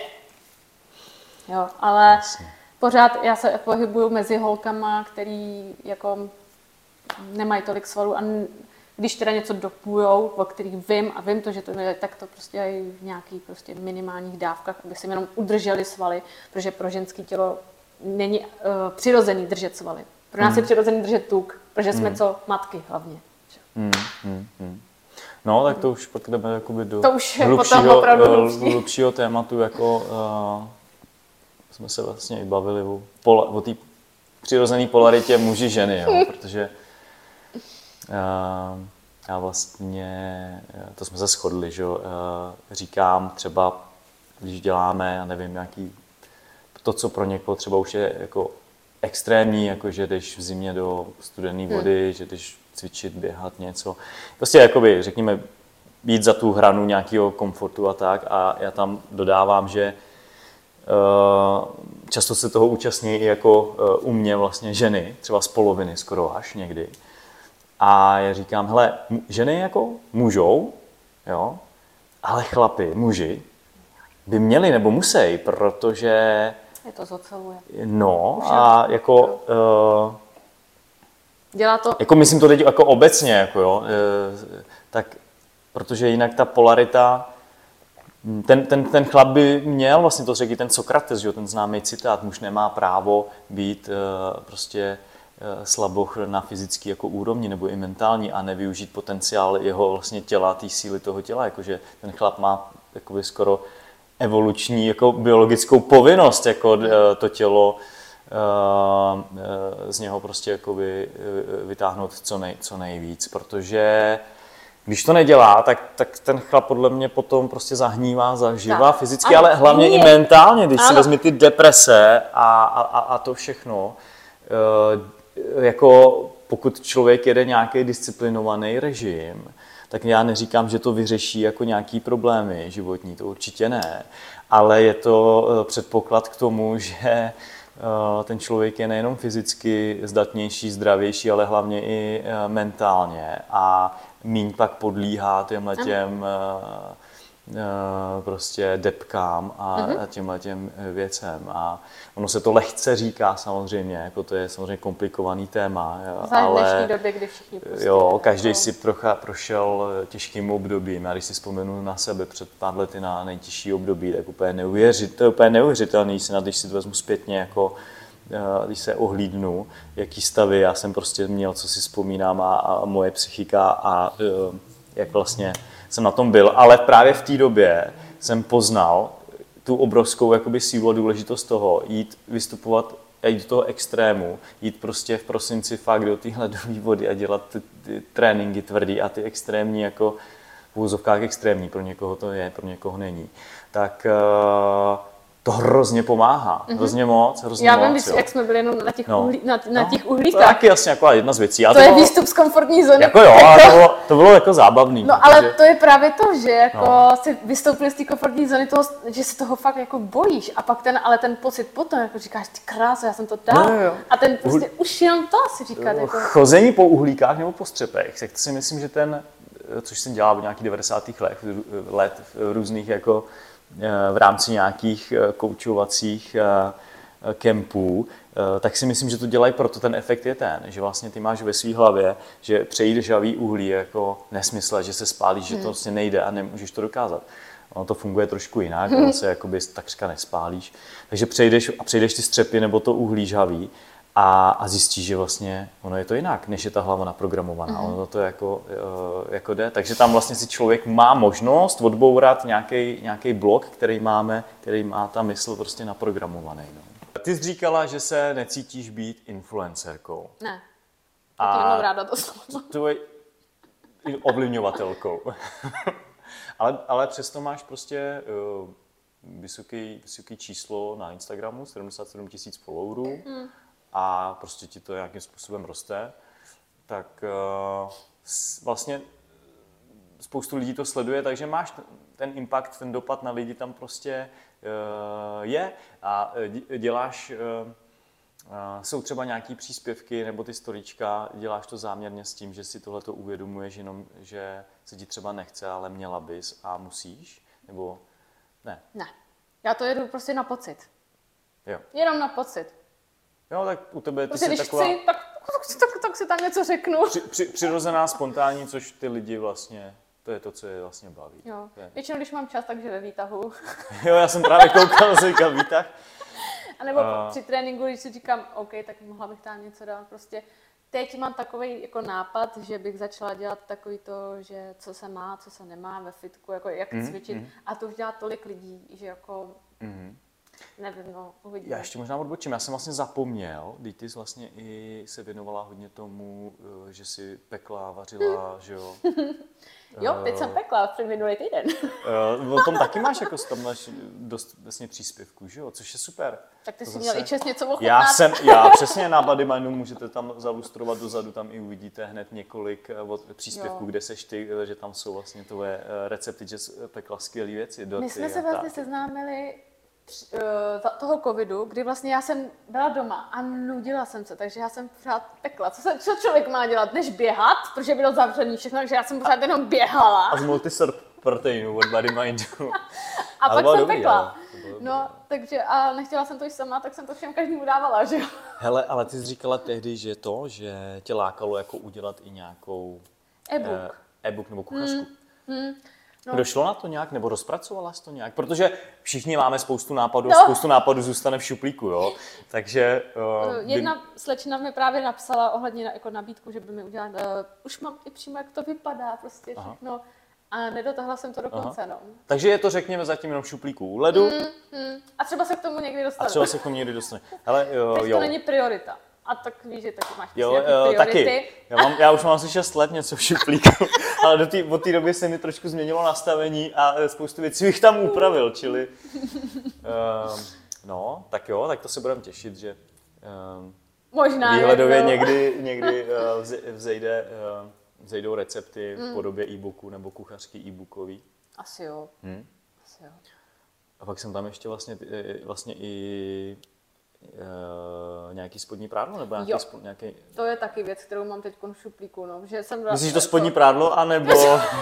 Jo, ale Jasně. pořád já se pohybuju mezi holkama, který jako nemají tolik svalů a když teda něco dopujou, o kterých vím a vím to, že to je, tak to prostě je v nějakých prostě minimálních dávkách, aby si jenom udrželi svaly, protože pro ženské tělo není uh, přirozený držet svaly. Pro nás hmm. je přirozený držet tuk, protože jsme hmm. co matky hlavně. Hmm, hmm, hmm. No, tak to už pak jdeme jakoby do to už hlubšího, hlubšího tématu, jako uh, jsme se vlastně i bavili o, pola, o té přirozené polaritě muži ženy, jo, protože uh, já vlastně, to jsme se shodli, že uh, říkám třeba, když děláme, já nevím, nějaký, to, co pro někoho třeba už je jako extrémní, jako že jdeš v zimě do studené vody, hmm. že jdeš cvičit, běhat, něco. Prostě jakoby, řekněme, být za tu hranu nějakého komfortu a tak. A já tam dodávám, že uh, často se toho účastní i jako uh, u mě vlastně ženy, třeba z poloviny skoro až někdy. A já říkám, hele, ženy jako můžou, jo, ale chlapi, muži, by měli nebo musí, protože... Je to zoceluje. No a jako... Uh, Dělá to... Jako myslím to teď jako obecně, jako jo, e, tak, protože jinak ta polarita, ten, ten, ten chlap by měl, vlastně to řekl ten Sokrates, že jo, ten známý citát, muž nemá právo být e, prostě slaboch na fyzický jako úrovni nebo i mentální a nevyužít potenciál jeho vlastně těla, té síly toho těla, jakože ten chlap má jakoby skoro evoluční jako biologickou povinnost jako to tělo z něho prostě jakoby vytáhnout co, nej, co nejvíc, protože když to nedělá, tak, tak ten chlap podle mě potom prostě zahnívá, zažívá tak. fyzicky, ano, ale hlavně je. i mentálně, když ano. si vezmi ty deprese a, a, a to všechno, jako pokud člověk jede nějaký disciplinovaný režim, tak já neříkám, že to vyřeší jako nějaký problémy životní, to určitě ne, ale je to předpoklad k tomu, že ten člověk je nejenom fyzicky zdatnější, zdravější, ale hlavně i mentálně a míň pak podlíhá těmhle těm prostě depkám a uh-huh. těmhle těm věcem. A ono se to lehce říká samozřejmě, jako to je samozřejmě komplikovaný téma. Zvlášť v dnešní době, kdy všichni prostě... Jo, každý to... si procha, prošel těžkým obdobím. Já když si vzpomenu na sebe před pár lety na nejtěžší období, tak úplně neuvěřitelný, to je úplně neuvěřitelný, když si to vezmu zpětně jako když se ohlídnu, jaký stavy já jsem prostě měl, co si vzpomínám a, a moje psychika a jak vlastně jsem na tom byl, ale právě v té době jsem poznal tu obrovskou jakoby sílu a důležitost toho jít vystupovat a jít do toho extrému, jít prostě v prosinci fakt do téhle ledové vody a dělat ty, ty tréninky tvrdý a ty extrémní jako v úzovkách extrémní, pro někoho to je, pro někoho není. Tak uh, to hrozně pomáhá, mm-hmm. hrozně moc, hrozně Já moc. Já vím, jak jsme byli jenom na těch, no. uhlí, na, na no. těch uhlíkách. To je taky jasně jako jedna z věcí. Já to, to je bylo, výstup z komfortní zóny. Jako jo, ale to bylo, to bylo jako zábavný. No protože... ale to je právě to, že jako no. si vystoupil z té komfortní zóny, toho, že se toho fakt jako bojíš a pak ten, ale ten pocit potom, jako říkáš, ty krása, já jsem to dal. No, jo. A ten prostě Uhl... už jenom to asi říkat. Jako... Chození po uhlíkách nebo po střepech, tak to si myslím, že ten, což jsem dělal v nějakých devadesátých let, let v různých jako v rámci nějakých koučovacích kempů, tak si myslím, že to dělají, proto ten efekt je ten, že vlastně ty máš ve své hlavě, že přejít žavý uhlí je jako nesmysl, že se spálíš, že to vlastně nejde a nemůžeš to dokázat. Ono to funguje trošku jinak, ono se jakoby takřka nespálíš. Takže přejdeš a přejdeš ty střepy nebo to uhlí žhavý a, a zjistíš, že vlastně ono je to jinak, než je ta hlava naprogramovaná. Mm-hmm. Ono to jako, jako jde. Takže tam vlastně si člověk má možnost odbourat nějaký, nějaký blok, který máme, který má ta mysl prostě naprogramovaný. No. Ty jsi říkala, že se necítíš být influencerkou. Ne. A to nemám ráda to slovo. To je ovlivňovatelkou. ale, ale přesto máš prostě uh, vysoký, vysoký číslo na Instagramu, sedmdesát sedm tisíc followerů. Hmm. A prostě ti to nějakým způsobem roste, tak uh, vlastně spoustu lidí to sleduje, takže máš ten impact, ten dopad na lidi tam prostě uh, je a děláš, uh, uh, jsou třeba nějaký příspěvky nebo ty storička, děláš to záměrně s tím, že si tohleto uvědomuješ jenom, že se ti třeba nechce, ale měla bys a musíš, nebo ne? Ne, já to jedu prostě na pocit. Jo. Jenom na pocit. Jo, tak u tebe ty prostě, jsi když taková... chci, tak, tak, tak si tam něco řeknu. Při, při, přirozená, spontánní, což ty lidi vlastně, to je to, co je vlastně baví. Jo, většinou, když mám čas, takže ve výtahu. Jo, já jsem právě koukal, že říkal výtah. A nebo a... při tréninku, když si říkám, OK, tak mohla bych tam něco dát. Prostě teď mám takový jako nápad, že bych začala dělat takový to, že co se má, co se nemá ve fitku, jako jak mm, cvičit. Mm. A to už dělá tolik lidí, že jako... Mm. Nevím, no, uvidíme. Já ještě možná odbočím, já jsem vlastně zapomněl, když ty jsi vlastně i se věnovala hodně tomu, že jsi pekla, vařila, že jo? Jo, teď jsem pekla, před minulý týden. O tom taky máš, jako tam máš dost vlastně příspěvků, že jo? Což je super. Tak ty to jsi zase... měl i čest něco ochutnat. Já jsem, já přesně na Bodymindu můžete tam zalustrovat dozadu, tam i uvidíte hned několik příspěvků, jo. Kde seš ty, že tam jsou vlastně tvoje recepty, že jsi pekla skvělé věci. My jsme se vlastně seznámili toho covidu, kdy vlastně já jsem byla doma a nudila jsem se, takže já jsem pořád pekla. Co, se, co člověk má dělat, než běhat, protože bylo zavřený všechno, takže já jsem pořád jenom běhala. A z multiserp proteinu od Bodymindu. A pak jsem dobrý, pekla. No, takže a nechtěla jsem to jíst sama, tak jsem to všem každému dávala, že jo. Hele, ale ty jsi říkala tehdy, že to, že tě lákalo jako udělat i nějakou e-book, e-book nebo kuchařku. Hmm, hmm. No. Došlo na to nějak, nebo rozpracovala jsi to nějak? Protože všichni máme spoustu nápadů, no. spoustu nápadů zůstane v šuplíku, jo? Takže... Uh, Jedna by... slečna mi právě napsala ohledně jako nabídku, že by mi udělala, uh, už mám i přímo, jak to vypadá, prostě všechno. A nedotáhla jsem to do konce, no. Takže je to, řekněme, zatím jenom v šuplíku u ledu. Mm, mm. A třeba se k tomu někdy dostane. A třeba se k tomu někdy dostane. Hele, jo, Teď jo. to není priorita. A tak víš, že taky máš jo, jo, jo, taky. Já, mám, já už mám asi šest let něco v šuplíku, ale do tý, od té doby se mi trošku změnilo nastavení a spoustu věcí bych tam upravil, čili... Uh, no, tak jo, tak to se budeme těšit, že uh, možná výhledově je, někdy, někdy uh, vzejde, uh, vzejdou recepty v podobě e-booku nebo kuchařský e-bookový. Asi jo. Hmm? Asi jo. A pak jsem tam ještě vlastně, vlastně i uh, nějaký spodní prádlo, nebo nějaký, spod, nějaký... To je taky věc, kterou mám teď v šuplíku, no. Že jsem Myslíš, že to spodní prádlo, anebo...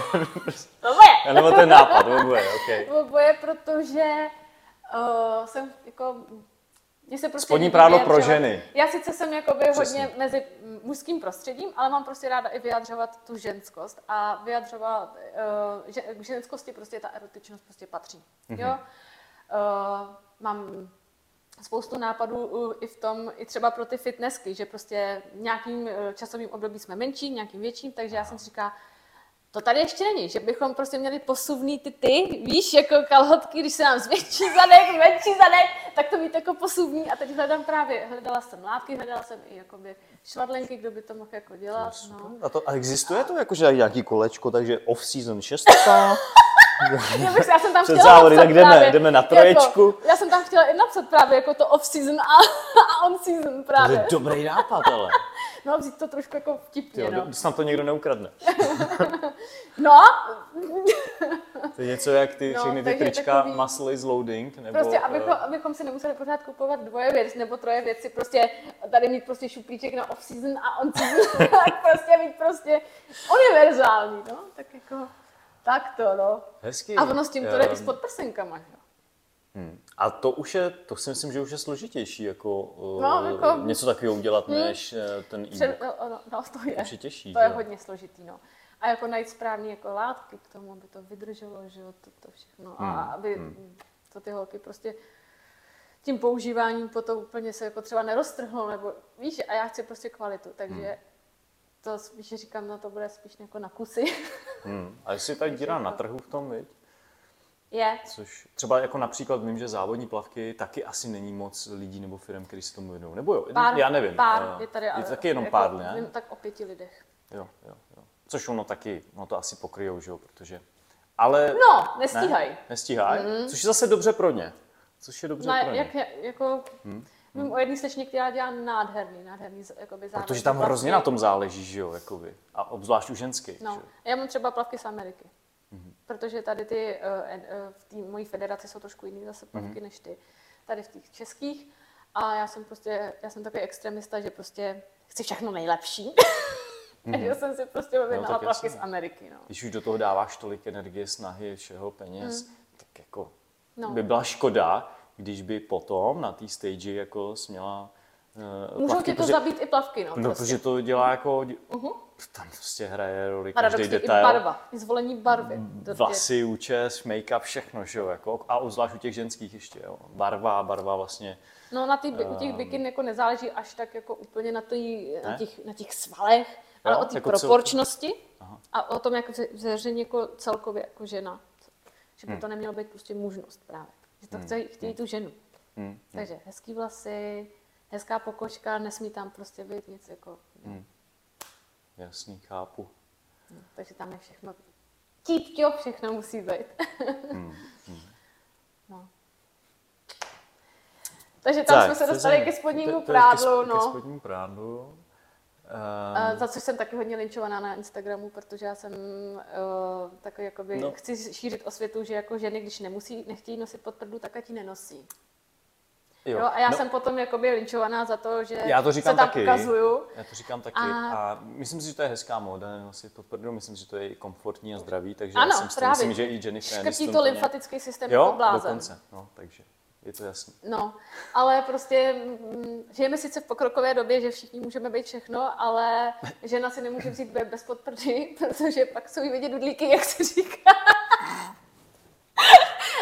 Oboje! Nebo ten nápad, oboje, okej. Okay. Oboje, protože uh, jsem jako... Se prostě spodní prádlo pro ženy. Já sice jsem jakoby hodně mezi mužským prostředím, ale mám prostě ráda i vyjadřovat tu ženskost a vyjadřovat uh, že, k ženskosti prostě ta erotičnost prostě patří. Mm-hmm. Jo? Uh, mám spoustu nápadů uh, i v tom, i třeba pro ty fitnessky, že prostě nějakým uh, časovým období jsme menší, nějakým větším, takže já jsem si říkala, to tady ještě není, že bychom prostě měli posuvný ty ty, víš, jako kalhotky, když se nám zvětší zadek, menší zadek, tak to mít jako posuvný. A teď hledám právě, hledala jsem látky, hledala jsem i jakoby švadlenky, kdo by to mohl jako dělat. No. A, to, a existuje to jakože nějaký kolečko, takže off-season šestka? já, bych, já jsem tam Před chtěla závody, napsat tak jdeme, právě, jdeme na troječku. Jako, já jsem tam chtěla i napsat právě jako to off-season a, a on-season právě. To je dobrý nápad, ale. No, vzít to trošku jako vtipně, jo, no. Snad to někdo neukradne. No. To je něco jak ty no, všechny ty trička takový... muscle is loading, nebo... Prostě, abychom, abychom si nemuseli pořád kupovat dvoje věci, nebo troje věci, prostě tady mít prostě šuplíček na off-season a on-season, tak prostě mít prostě univerzální, no, tak jako, tak to, no. Hezky. A ono s tím to jde um... i s podprsenkama, jo. Hmm. A to už je, to si myslím, že už je složitější, jako, no, jako něco takového udělat, hmm. než ten e-book. No, no, no, to je, už je těžší, to je hodně složitý, no. A jako najít správný jako látky k tomu, aby to vydrželo, že jo, to, to všechno. Hmm. A aby hmm. to ty holky prostě tím používáním potom úplně se jako třeba neroztrhnou, nebo víš, a já chci prostě kvalitu, takže hmm. to spíš říkám, no to bude spíš jako na kusy. Hmm. A jestli ta díra na trhu v tom, viď? Je. Což třeba jako například vím, že závodní plavky taky asi není moc lidí nebo firm, kteří se tomu věnují. Nebo jo, pár, já nevím. Pár, je tady, je to taky jenom jako, pár, ne? Vím tak o pěti lidech. Jo, jo, jo. Což ono taky, no to asi pokryjou, že jo, protože... Ale... No, nestíhají. Ne, nestíhají, mm. což je zase dobře pro ně. Což je dobře no, pro ně. Jak, jako, hmm. Vím hmm. o jedné slečně, která dělá nádherný, nádherný jakoby závodní. Protože tam hrozně na tom záleží, že jo, jakoby. A obzvlášť u ženských. No, já mám třeba plavky z Ameriky. Mm-hmm. Protože tady ty, v té mojí federaci jsou trošku jiný zase plavky mm-hmm. než ty tady v těch českých. A já jsem prostě, já jsem takový extremista, že prostě chci všechno nejlepší. Mm-hmm. Takže jsem si prostě objednala no, plavky z Ameriky. No. Když už do toho dáváš tolik energie, snahy, všeho, peněz, mm. tak jako no. by byla škoda, když by potom na té stage jako směla uh, Můžou plavky, ti to protože, zabít i plavky, no. No, prostě. protože to dělá jako... Uh-huh. Tam prostě hraje roli každý detail. I barva, i zvolení barvy. Vlasy, účes, make-up, všechno, že jo, jako, a obzvlášť u těch ženských ještě, jo. Barva, barva vlastně. No na tý, u těch bikin jako nezáleží až tak jako úplně na, tý, na, těch, na těch svalech, jo, ale o té jako proporčnosti cel... a o tom, jak vzeření jako celkově jako žena. Že by hmm. to nemělo být prostě mužnost právě. Že to hmm. chtějí, chtějí tu ženu. Hmm. Takže hezký vlasy, hezká pokožka, nesmí tam prostě být nic jako... Hmm. Jasný, chápu. No, takže tam je všechno. Típ-těp, všechno musí být. hmm, hmm. No. Takže tam tak, jsme se dostali ke spodnímu to, to prádlu. Ke, no. ke spodnímu prádlu. Um... Uh, za což jsem taky hodně linčovaná na Instagramu, protože já jsem uh, takový jakoby, no. chci šířit osvětu, že jako ženy, když nemusí, nechtějí nosit podprdu, tak ať ji nenosí. Jo. Jo, a já no. jsem potom jakoby linčovaná za to, že já to říkám se tam taky. ukazuju. Já to říkám taky a... a myslím si, že to je hezká móda nosit podprdu, myslím si, že to je i komfortní a zdravý, takže ano, já si myslím, že i Jennifer Aniston... Škrtí to lymfatický systém jo, jako blázen. Dokonce, no, takže je to jasný. No, ale prostě m, žijeme sice v pokrokové době, že všichni můžeme být všechno, ale žena si nemůže vzít bez podprdy, protože pak jsou jí vidět dudlíky, jak se říká.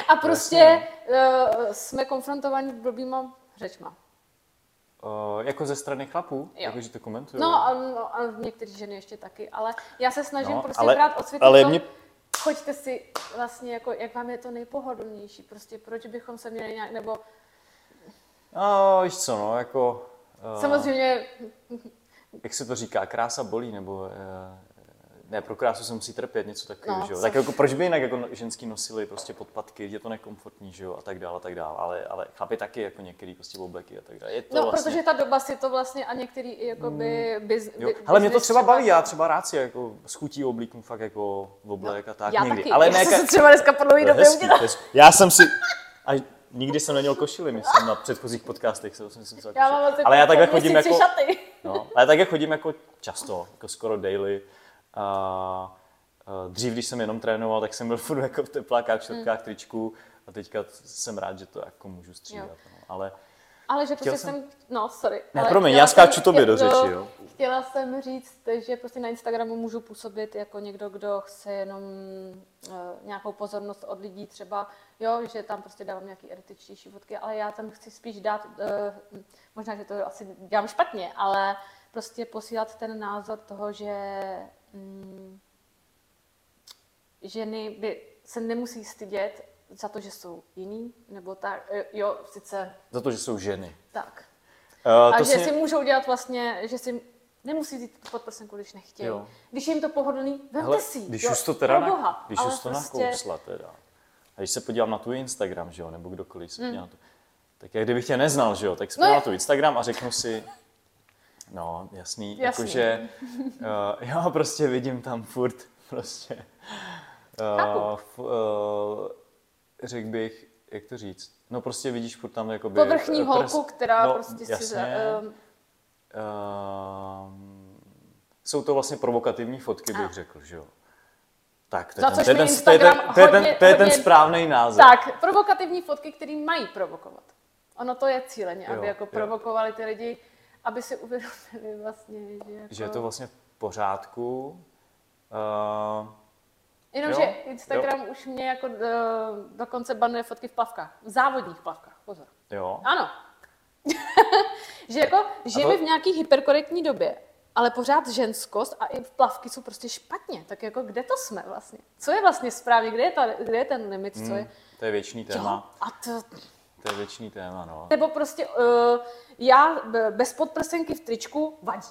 a prostě uh, jsme konfrontovaní blbýma řečma. Uh, jako ze strany chlapů? Jako, že to komentují? No a, no a některé ženy ještě taky, ale já se snažím no, prostě ale, brát osvětu ale tom, mě... choďte si vlastně, jako, jak vám je to nejpohodlnější, prostě proč bychom se měli nějak, nebo... No, víš co, no, jako... Uh, Samozřejmě... Jak se to říká, krása bolí, nebo... Uh, ne, pro krásu se musí trpět, něco takového, no, že jo. Tak jako proč by jinak jako ženský nosili prostě podpatky, je to nekomfortní, že jo, a tak dále, a tak dále. Ale, ale chlapi taky jako některý prostě obleky a tak dále. Je to no, vlastně... protože ta doba si to vlastně a některý i jakoby... Mm, biz, jo. Hele, mě to třeba baví, já třeba rád si jako schutí oblíknu fakt jako v oblek no, a tak já někdy. Taky. Ale já ne, jsem se třeba dneska po dlouhý době udělala. Já jsem si... A nikdy jsem neměl košili, myslím, na předchozích podcastech. Jsem si myslel, já mám ale já takhle chodím jako... šaty. No, ale já takhle chodím jako často, jako skoro daily. A, dřív, když jsem jenom trénoval, tak jsem byl furt jako v teplákách, šortkách, hmm. tričku a teďka jsem rád, že to jako můžu střídat. No. Ale, ale že prostě jsem... jsem... No, sorry. Ne, promiň, já skáču tobě do řeči, jo. Chtěla jsem říct, že prostě na Instagramu můžu působit jako někdo, kdo chce jenom uh, nějakou pozornost od lidí třeba, jo, že tam prostě dávám nějaký eretičtější fotky, ale já tam chci spíš dát, uh, možná, že to asi dělám špatně, ale prostě posílat ten názor toho, že um, ženy by se nemusí stydět za to, že jsou jiný, nebo tak, jo, sice... Za to, že jsou ženy. Tak. Uh, a to že si... si můžou dělat vlastně, že si nemusí vzít podprsenku, když nechtějí. Jo. Když je jim to pohodlný, vemte si. Když jo, už to teda, Boha, když už to prostě... nakousla teda. A když se podívám na tvůj Instagram, že jo, nebo kdokoliv se podívá na to, tak jak kdybych tě neznal, že jo, tak se podívám no na tvůj Instagram a řeknu si, no, jasný, jasný. jakože, uh, já prostě vidím tam furt, prostě, uh, f, uh, řekl bych, jak to říct, no prostě vidíš furt tam jakoby... Povrchní holku, prs, která no, prostě jasně, si... Um... Uh, jsou to vlastně provokativní fotky, bych řekl, že jo. Tak, to je, ten, to, je ten, to, je ten, to, je ten, to je ten správný název. Tak, provokativní fotky, které mají provokovat. Ono to je cíleně, aby jo, jako provokovali ty lidi, aby si uvědomili vlastně, že jako... Že je to vlastně v pořádku. Uh, Jenomže Instagram jo. už mě jako do, dokonce banuje fotky v plavkách. V závodních plavkách, pozor. Jo. Ano. Že jako žijeme to... v nějaký hyperkorektní době, ale pořád ženskost a i plavky jsou prostě špatně. Tak jako kde to jsme vlastně? Co je vlastně správně? Kde je, ta, kde je ten limit? Co je? Hmm, to je věčný téma. Jo, a to... to je věčný téma, no. Nebo prostě uh, já bez podprsenky v tričku vadí.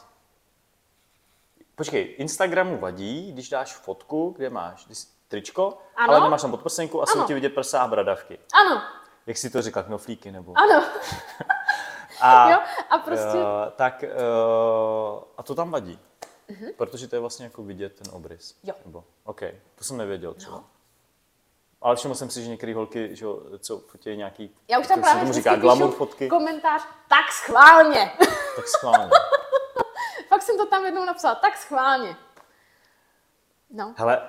Počkej, Instagramu vadí, když dáš fotku, kde máš tričko, ano? ale nemáš tam podprsenku a jsou ti vidět prsa a bradavky. Ano. Jak si to říkal, knoflíky nebo... Ano. A, jo, a prostě... Uh, tak, uh, a to tam vadí, uh-huh. protože to je vlastně jako vidět ten obrys. Jo. Nebo, OK, to jsem nevěděl třeba. No. Ale všiml jsem si, že některé holky, že, co fotí nějaký, já už tam právě tomu říká, glamour fotky. Komentář, tak schválně. Tak schválně. Fakt jsem to tam jednou napsala, tak schválně. No. Hele,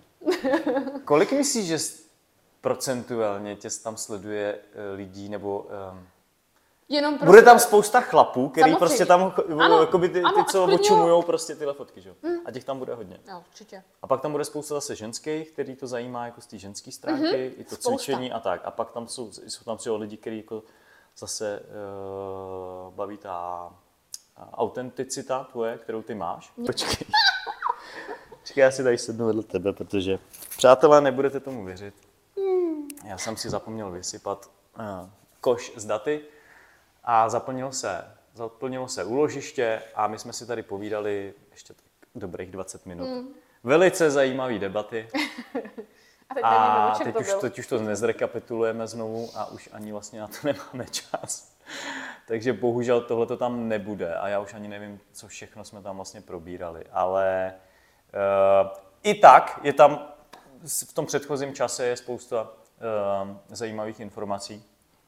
kolik myslíš, že procentuálně tě tam sleduje lidí, nebo... Um, Jenom prostě... Bude tam spousta chlapů, který Samozřejmě. prostě tam, ano, jakoby ty, ano, ty co očumujou prostě tyhle fotky, že? Hmm. A těch tam bude hodně. Jo, určitě. A pak tam bude spousta zase ženských, který to zajímá jako z té ženské stránky, mm-hmm. i to spousta. Cvičení a tak. A pak tam jsou, jsou tam třeba lidi, kteří jako zase uh, baví ta autenticita tvoje, kterou ty máš. Počkej. Počkej, já si tady sednu vedle tebe, protože přátelé, nebudete tomu věřit. Já jsem si zapomněl vysypat uh, koš s daty a zaplnilo se, zaplnilo se úložiště a my jsme si tady povídali ještě tak dobrých dvacet minut. Mm. Velice zajímavé debaty. A teď, a nevím, teď, už to, teď už to nezrekapitulujeme znovu a už ani vlastně na to nemáme čas. Takže bohužel tohle to tam nebude a já už ani nevím, co všechno jsme tam vlastně probírali. Ale uh, i tak je tam, v tom předchozím čase je spousta uh, zajímavých informací.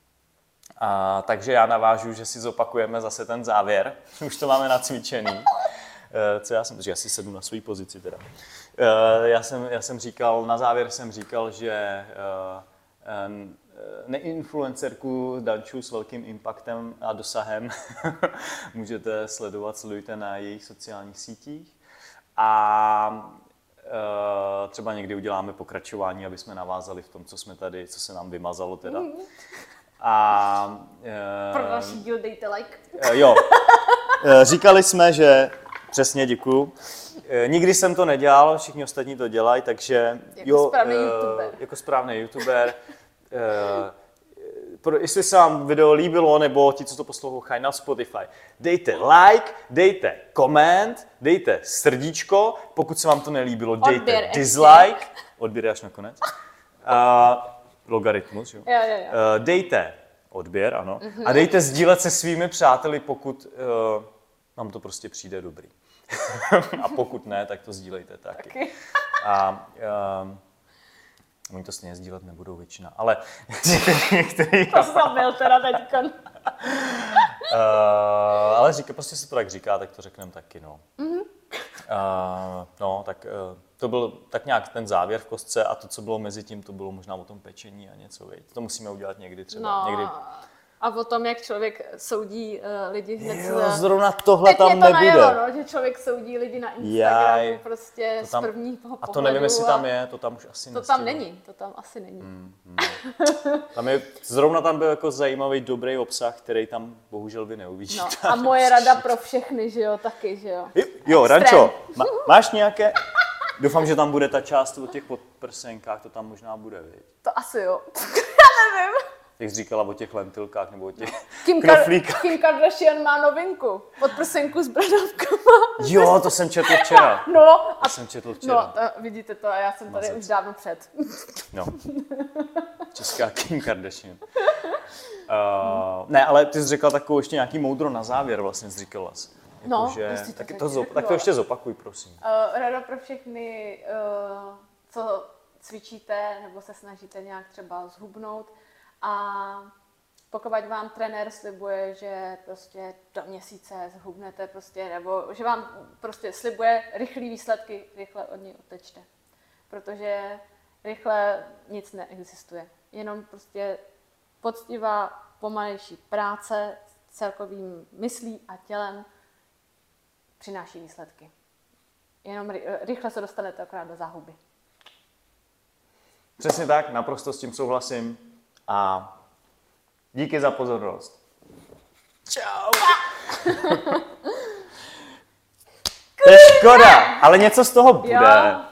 A, takže já navážu, že si zopakujeme zase ten závěr. Už to máme nacvičený. Uh, co já jsem, já si sednu na své pozici teda. Uh, já, jsem, já jsem říkal, na závěr jsem říkal, že uh, neinfluencerku Danču s velkým impactem a dosahem můžete sledovat, sledujte na jejich sociálních sítích. A uh, třeba někdy uděláme pokračování, aby jsme navázali v tom, co jsme tady, co se nám vymazalo teda. Mm. A... Uh, Pro další díl dejte like. Uh, jo. Uh, říkali jsme, že... Přesně, děkuju. Uh, nikdy jsem to nedělal, všichni ostatní to dělají, takže... Jako jo, správný uh, youtuber. Jako správný youtuber. Uh, pro, jestli se vám video líbilo, nebo ti, co to poslouchají na Spotify, dejte like, dejte koment, dejte srdíčko, pokud se vám to nelíbilo, dejte Odběr dislike, odběr až nakonec, uh, logaritmus, jo. Jo, jo, jo. Uh, dejte odběr, ano, mm-hmm. a dejte sdílet se svými přáteli, pokud uh, vám to prostě přijde dobrý. A pokud ne, tak to sdílejte taky. taky. A uh, oni to stejně sdílet nebudou většina, ale některý... To jsem byl teda teďkon. uh, ale říká, prostě se to tak říká, tak to řekneme taky, no. Mm-hmm. Uh, no, tak uh, to byl tak nějak ten závěr v kostce a to, co bylo mezi tím, to bylo možná o tom pečení a něco, viď? To musíme udělat někdy třeba. No. Někdy... A o tom, jak člověk soudí uh, lidi hned Jo, za... zrovna tohle Teď tam to nebude. Najelo, no, že člověk soudí lidi na Instagramu Jaj, prostě tam, z prvního pohledu. A to nevím, jestli tam je, to tam už asi To nestihlo. tam není, to tam asi není. Hmm, hmm. Tam je, zrovna tam byl jako zajímavý, dobrý obsah, který tam bohužel vy neuvidíte. No, a moje rada pro všechny, že jo, taky, že jo. Jo, jo Rančo, má, máš nějaké... Doufám, že tam bude ta část o těch podprsenkách, to tam možná bude, viď? To asi jo. Já nevím. Jak jsi říkala o těch lentilkách nebo o těch Kim, knoflíkách. Kim Kardashian má novinku. Podprsenku s bradavkama. Jo, to jsem četl včera. No, a to jsem četl včera. No, to, vidíte to a já jsem tady Mazec. už dávno před. No. Česká Kim Kardashian. Uh, ne, ale ty jsi řekla takovou ještě nějaký moudro na závěr, vlastně jsi říkala. Jako, No, že, to tak, tak to zop, řekla. tak to ještě zopakuj, prosím. Uh, rada pro všechny, uh, co cvičíte nebo se snažíte nějak třeba zhubnout a pokud vám trenér slibuje, že prostě do měsíce zhubnete prostě, nebo že vám prostě slibuje rychlé výsledky, rychle od něj utečte. Protože rychle nic neexistuje. Jenom prostě poctivá, pomalejší práce s celkovým myslí a tělem přináší výsledky. Jenom rychle se dostanete akorát do záhuby. Přesně tak, naprosto s tím souhlasím a díky za pozornost. Čau. To je škoda, ale něco z toho bude. Jo.